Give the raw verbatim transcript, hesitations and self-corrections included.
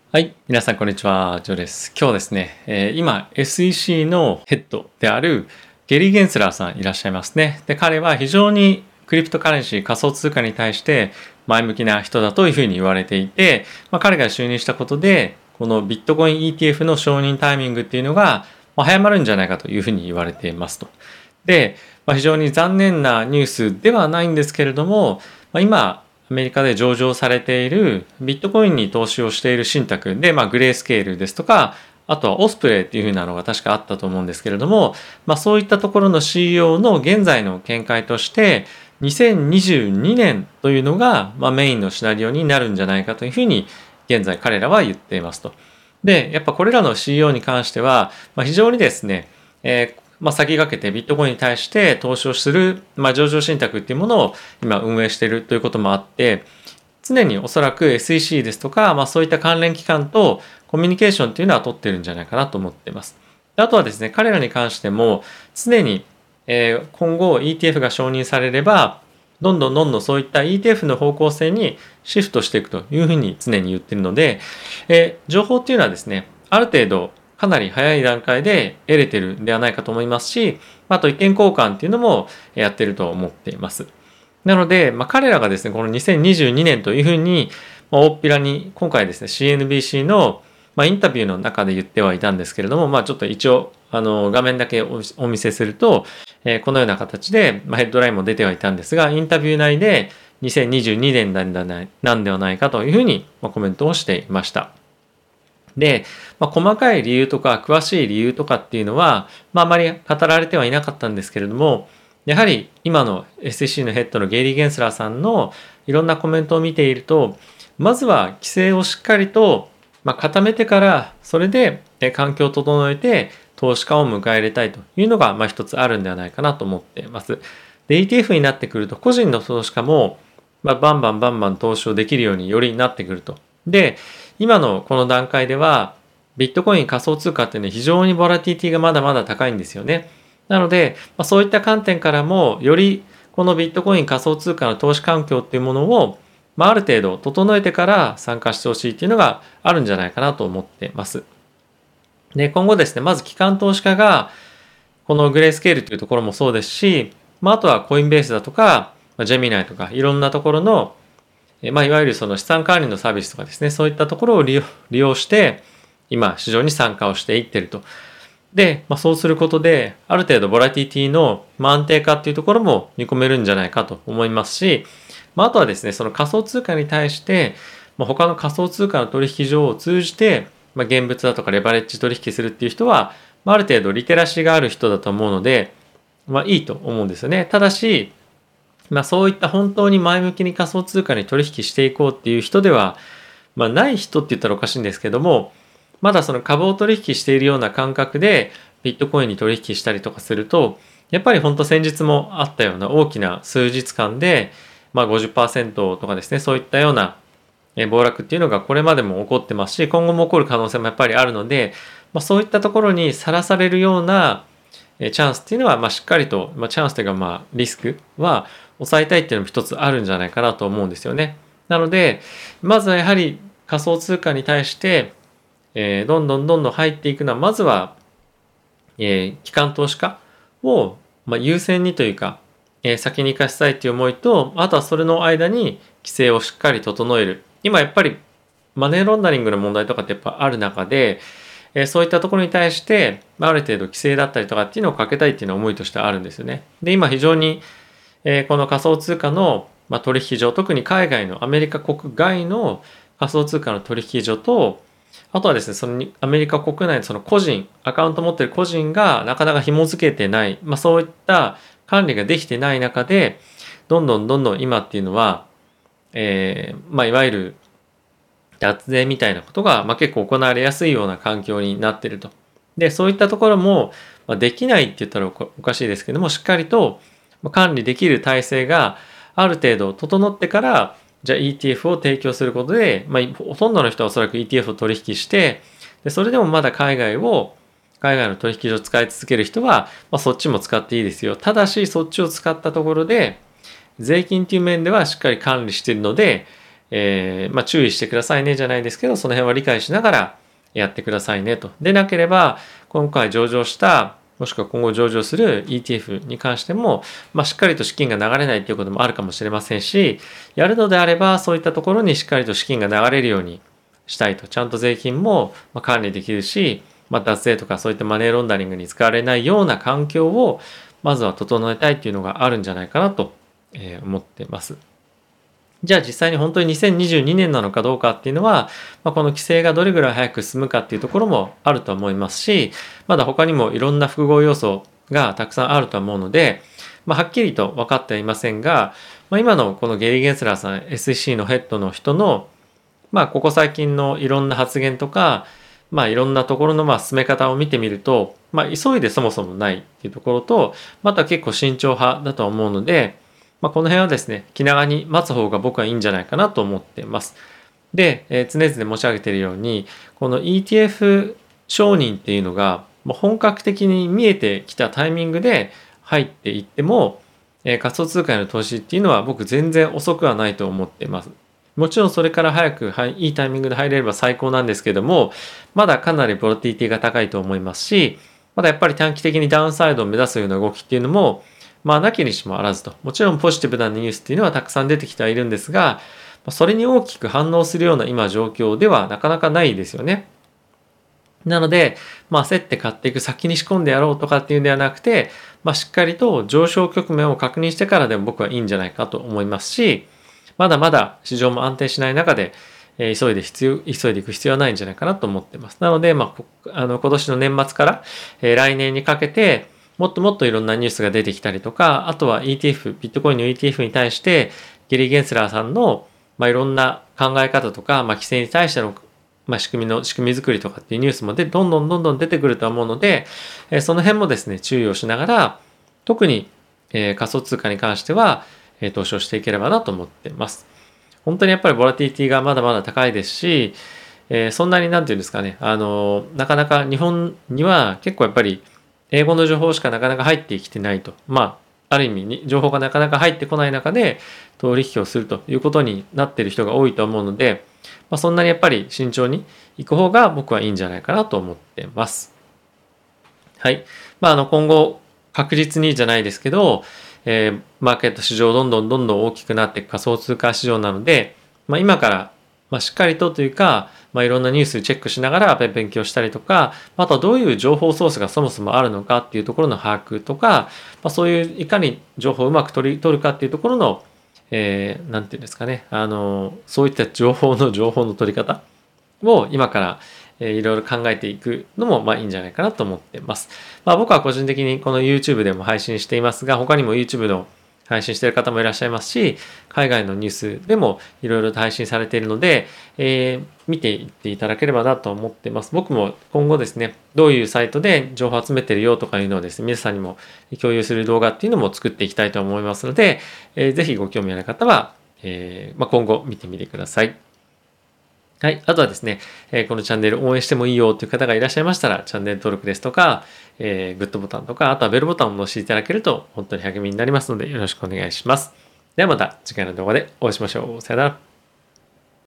はい。皆さん、こんにちは。ジョーです。今日ですね、えー今、エスイーシー のヘッドであるゲリー・ゲンスラーさんいらっしゃいますね。で、彼は非常にクリプトカレンシー、仮想通貨に対して前向きな人だというふうに言われていて、まあ、彼が就任したことで、このビットコイン イーティーエフ の承認タイミングっていうのがまあ早まるんじゃないかというふうに言われていますと。で、まあ、非常に残念なニュースではないんですけれども、まあ、今、アメリカで上場されているビットコインに投資をしている信託で、まあ、グレースケールですとか、あとはオスプレイっていう風なのが確かあったと思うんですけれども、まあ、そういったところの シーイーオー の現在の見解として、にせんにじゅうにねんというのが、まあ、メインのシナリオになるんじゃないかというふうに現在彼らは言っていますと。で、やっぱこれらの シーイーオー に関しては、まあ、非常にですね、えーまあ、先駆けてビットコインに対して投資をする、まあ、上場信託っていうものを今運営しているということもあって、常におそらく エスイーシー ですとか、まあ、そういった関連機関とコミュニケーションっていうのは取ってるんじゃないかなと思っています。あとはですね、彼らに関しても常に、えー今後 イーティーエフ が承認されれば、どんどんどんどんそういった イーティーエフ の方向性にシフトしていくというふうに常に言っているので、えー情報っていうのはですね、ある程度かなり早い段階で得れてるんではないかと思いますし、あと意見交換っていうのもやってると思っています。なので、まあ、彼らがですね、このにせんにじゅうにねんというふうに、まあ、大っぴらに今回ですね、シーエヌビーシー の、まあ、インタビューの中で言ってはいたんですけれども、まあ、ちょっと一応、あの、画面だけおお見せすると、えーこのような形で、まあ、ヘッドラインも出てはいたんですが、インタビュー内でにせんにじゅうにねんなんではないなんではないかというふうに、まあ、コメントをしていました。で、まあ、細かい理由とか詳しい理由とかっていうのは、まあ、あまり語られてはいなかったんですけれども、やはり今の エスイーシー のヘッドのゲイリー・ゲンスラーさんのいろんなコメントを見ていると、まずは規制をしっかりと、まあ、固めてから、それでえ環境を整えて投資家を迎え入れたいというのが、まあ、一つあるんではないかなと思っています。で、イーティーエフ になってくると、個人の投資家も、まあ、バンバンバンバン投資をできるようによりなってくると。で、今のこの段階では、ビットコイン仮想通貨っていうのは非常にボラティティがまだまだ高いんですよね。なので、まあ、そういった観点からも、よりこのビットコイン仮想通貨の投資環境っていうものを、まあ、ある程度整えてから参加してほしいっていうのがあるんじゃないかなと思ってます。で、今後ですね、まず機関投資家が、このグレースケールというところもそうですし、まあ、あとはコインベースだとか、まあジェミナイとか、いろんなところの、えまあ、いわゆるその資産管理のサービスとかですね、そういったところを利用利用して、今、市場に参加をしていってると。で、まあ、そうすることで、ある程度ボラティティのまあ安定化っていうところも見込めるんじゃないかと思いますし、まあ、あとはですね、その仮想通貨に対して、まあ、他の仮想通貨の取引所を通じて、まあ、現物だとかレバレッジ取引するっていう人は、まあ、ある程度リテラシーがある人だと思うので、まあいいと思うんですよね。ただし、まあそういった本当に前向きに仮想通貨に取引していこうっていう人では、まあない人って言ったらおかしいんですけども、まだその株を取引しているような感覚でビットコインに取引したりとかすると、やっぱり本当先日もあったような大きな数日間で、まあごじゅっパーセントとかですね、そういったような暴落っていうのがこれまでも起こってますし、今後も起こる可能性もやっぱりあるので、まあ、そういったところにさらされるようなチャンスっていうのは、まあ、しっかりと、まあ、チャンスというか、まあ、リスクは抑えたいっていうのも一つあるんじゃないかなと思うんですよね。なので、まずはやはり仮想通貨に対して、えーどんどんどんどん入っていくのは、まずは、えー機関投資家を、まあ、優先にというか、えー先に行かせたいという思いと、あとはそれの間に規制をしっかり整える。今やっぱりマネーロンダリングの問題とかってやっぱある中で、えーそういったところに対して、まあある程度規制だったりとかっていうのをかけたいっていうのは思いとしてあるんですよね。で、今非常に、えーこの仮想通貨の、まあ、取引所、特に海外のアメリカ国外の仮想通貨の取引所と、あとはですね、そのアメリカ国内のその個人、アカウント持ってる個人がなかなか紐付けてない、まあそういった管理ができてない中で、どんどんどんどん今っていうのは、えーまあいわゆる脱税みたいなことが、まあ、結構行われやすいような環境になっていると。で、そういったところも、まあ、できないって言ったらおかしいですけども、しっかりと管理できる体制がある程度整ってから、じゃあ イーティーエフ を提供することで、まあ、ほとんどの人はおそらく イーティーエフ を取引して、でそれでもまだ海外を、海外の取引所を使い続ける人は、まあ、そっちも使っていいですよ。ただし、そっちを使ったところで、税金という面ではしっかり管理しているので、 えーまあ、注意してくださいねじゃないですけど、その辺は理解しながらやってくださいねと。でなければ、今回上場した、もしくは今後上場する イーティーエフ に関しても、まあ、しっかりと資金が流れないということもあるかもしれませんし、やるのであれば、そういったところにしっかりと資金が流れるようにしたいと。ちゃんと税金も管理できるし、まあ、脱税とかそういったマネーロンダリングに使われないような環境を、まずは整えたいっていうのがあるんじゃないかなと思ってます。じゃあ実際に本当ににせんにじゅうにねんなのかどうかっていうのは、まあ、この規制がどれぐらい早く進むかっていうところもあると思いますし、まだ他にもいろんな複合要素がたくさんあると思うので、まあ、はっきりと分かってはいませんが、まあ、今のこのゲリー・ゲンスラーさん エスイーシー のヘッドの人の、まあ、ここ最近のいろんな発言とか、まあ、いろんなところのまあ進め方を見てみると、まあ、急いでそもそもないっていうところと、また結構慎重派だと思うので、まあ、この辺はですね、気長に待つ方が僕はいいんじゃないかなと思っています。で、えー、常々申し上げているように、この イーティーエフ 承認っていうのが、もう本格的に見えてきたタイミングで入っていっても、えー、仮想通貨への投資っていうのは僕全然遅くはないと思っています。もちろんそれから早く、はい、いいタイミングで入れれば最高なんですけども、まだかなりボラティティが高いと思いますし、まだやっぱり短期的にダウンサイドを目指すような動きっていうのも、まあ、なきにしもあらずと。もちろんポジティブなニュースっていうのはたくさん出てきてはいるんですが、それに大きく反応するような今状況ではなかなかないですよね。なので、まあ、焦って買っていく、先に仕込んでやろうとかっていうんではなくて、まあ、しっかりと上昇局面を確認してからでも僕はいいんじゃないかと思いますし、まだまだ市場も安定しない中で、えー、急いで必要、急いでいく必要はないんじゃないかなと思っています。なので、まあ、あの今年の年末から、えー、来年にかけて、もっともっといろんなニュースが出てきたりとか、あとは イーティーエフ、ビットコインの イーティーエフ に対して、ゲリー・ゲンスラーさんの、まあ、いろんな考え方とか、まあ、規制に対しての、まあ、仕組みの、仕組み作りとかっていうニュースもでどんどんどんどん出てくると思うので、えー、その辺もですね、注意をしながら、特に、えー、仮想通貨に関しては、えー、投資をしていければなと思っています。本当にやっぱりボラティティがまだまだ高いですし、えー、そんなになんていうんですかね、あの、なかなか日本には結構やっぱり、英語の情報しかなかなか入ってきてないと。まあ、ある意味に情報がなかなか入ってこない中で取引をするということになっている人が多いと思うので、まあ、そんなにやっぱり慎重に行く方が僕はいいんじゃないかなと思ってます。はい。まあ、あの、今後確実にじゃないですけど、えー、マーケット市場どんどんどんどん大きくなっていく仮想通貨市場なので、まあ、今からまあ、しっかりとというか、まあ、いろんなニュースチェックしながら勉強したりとか、あとはどういう情報ソースがそもそもあるのかっていうところの把握とか、まあ、そういういかに情報をうまく取り取るかっていうところの、えー、なんていうんですかね、あの、そういった情報の情報の取り方を今から、えー、いろいろ考えていくのもまあいいんじゃないかなと思ってます。まあ、僕は個人的にこの YouTube でも配信していますが、他にも YouTube の配信している方もいらっしゃいますし、海外のニュースでもいろいろと配信されているので、えー、見ていっていただければなと思っています。僕も今後ですね、どういうサイトで情報を集めてるよとかいうのをですね、皆さんにも共有する動画っていうのも作っていきたいと思いますので、えー、ぜひご興味ある方は、えーまあ、今後見てみてください。はい。あとはですね、えー、このチャンネル応援してもいいよという方がいらっしゃいましたら、チャンネル登録ですとか、えー、グッドボタンとか、あとはベルボタンを押していただけると本当に励みになりますので、よろしくお願いします。ではまた次回の動画でお会いしましょう。さよなら。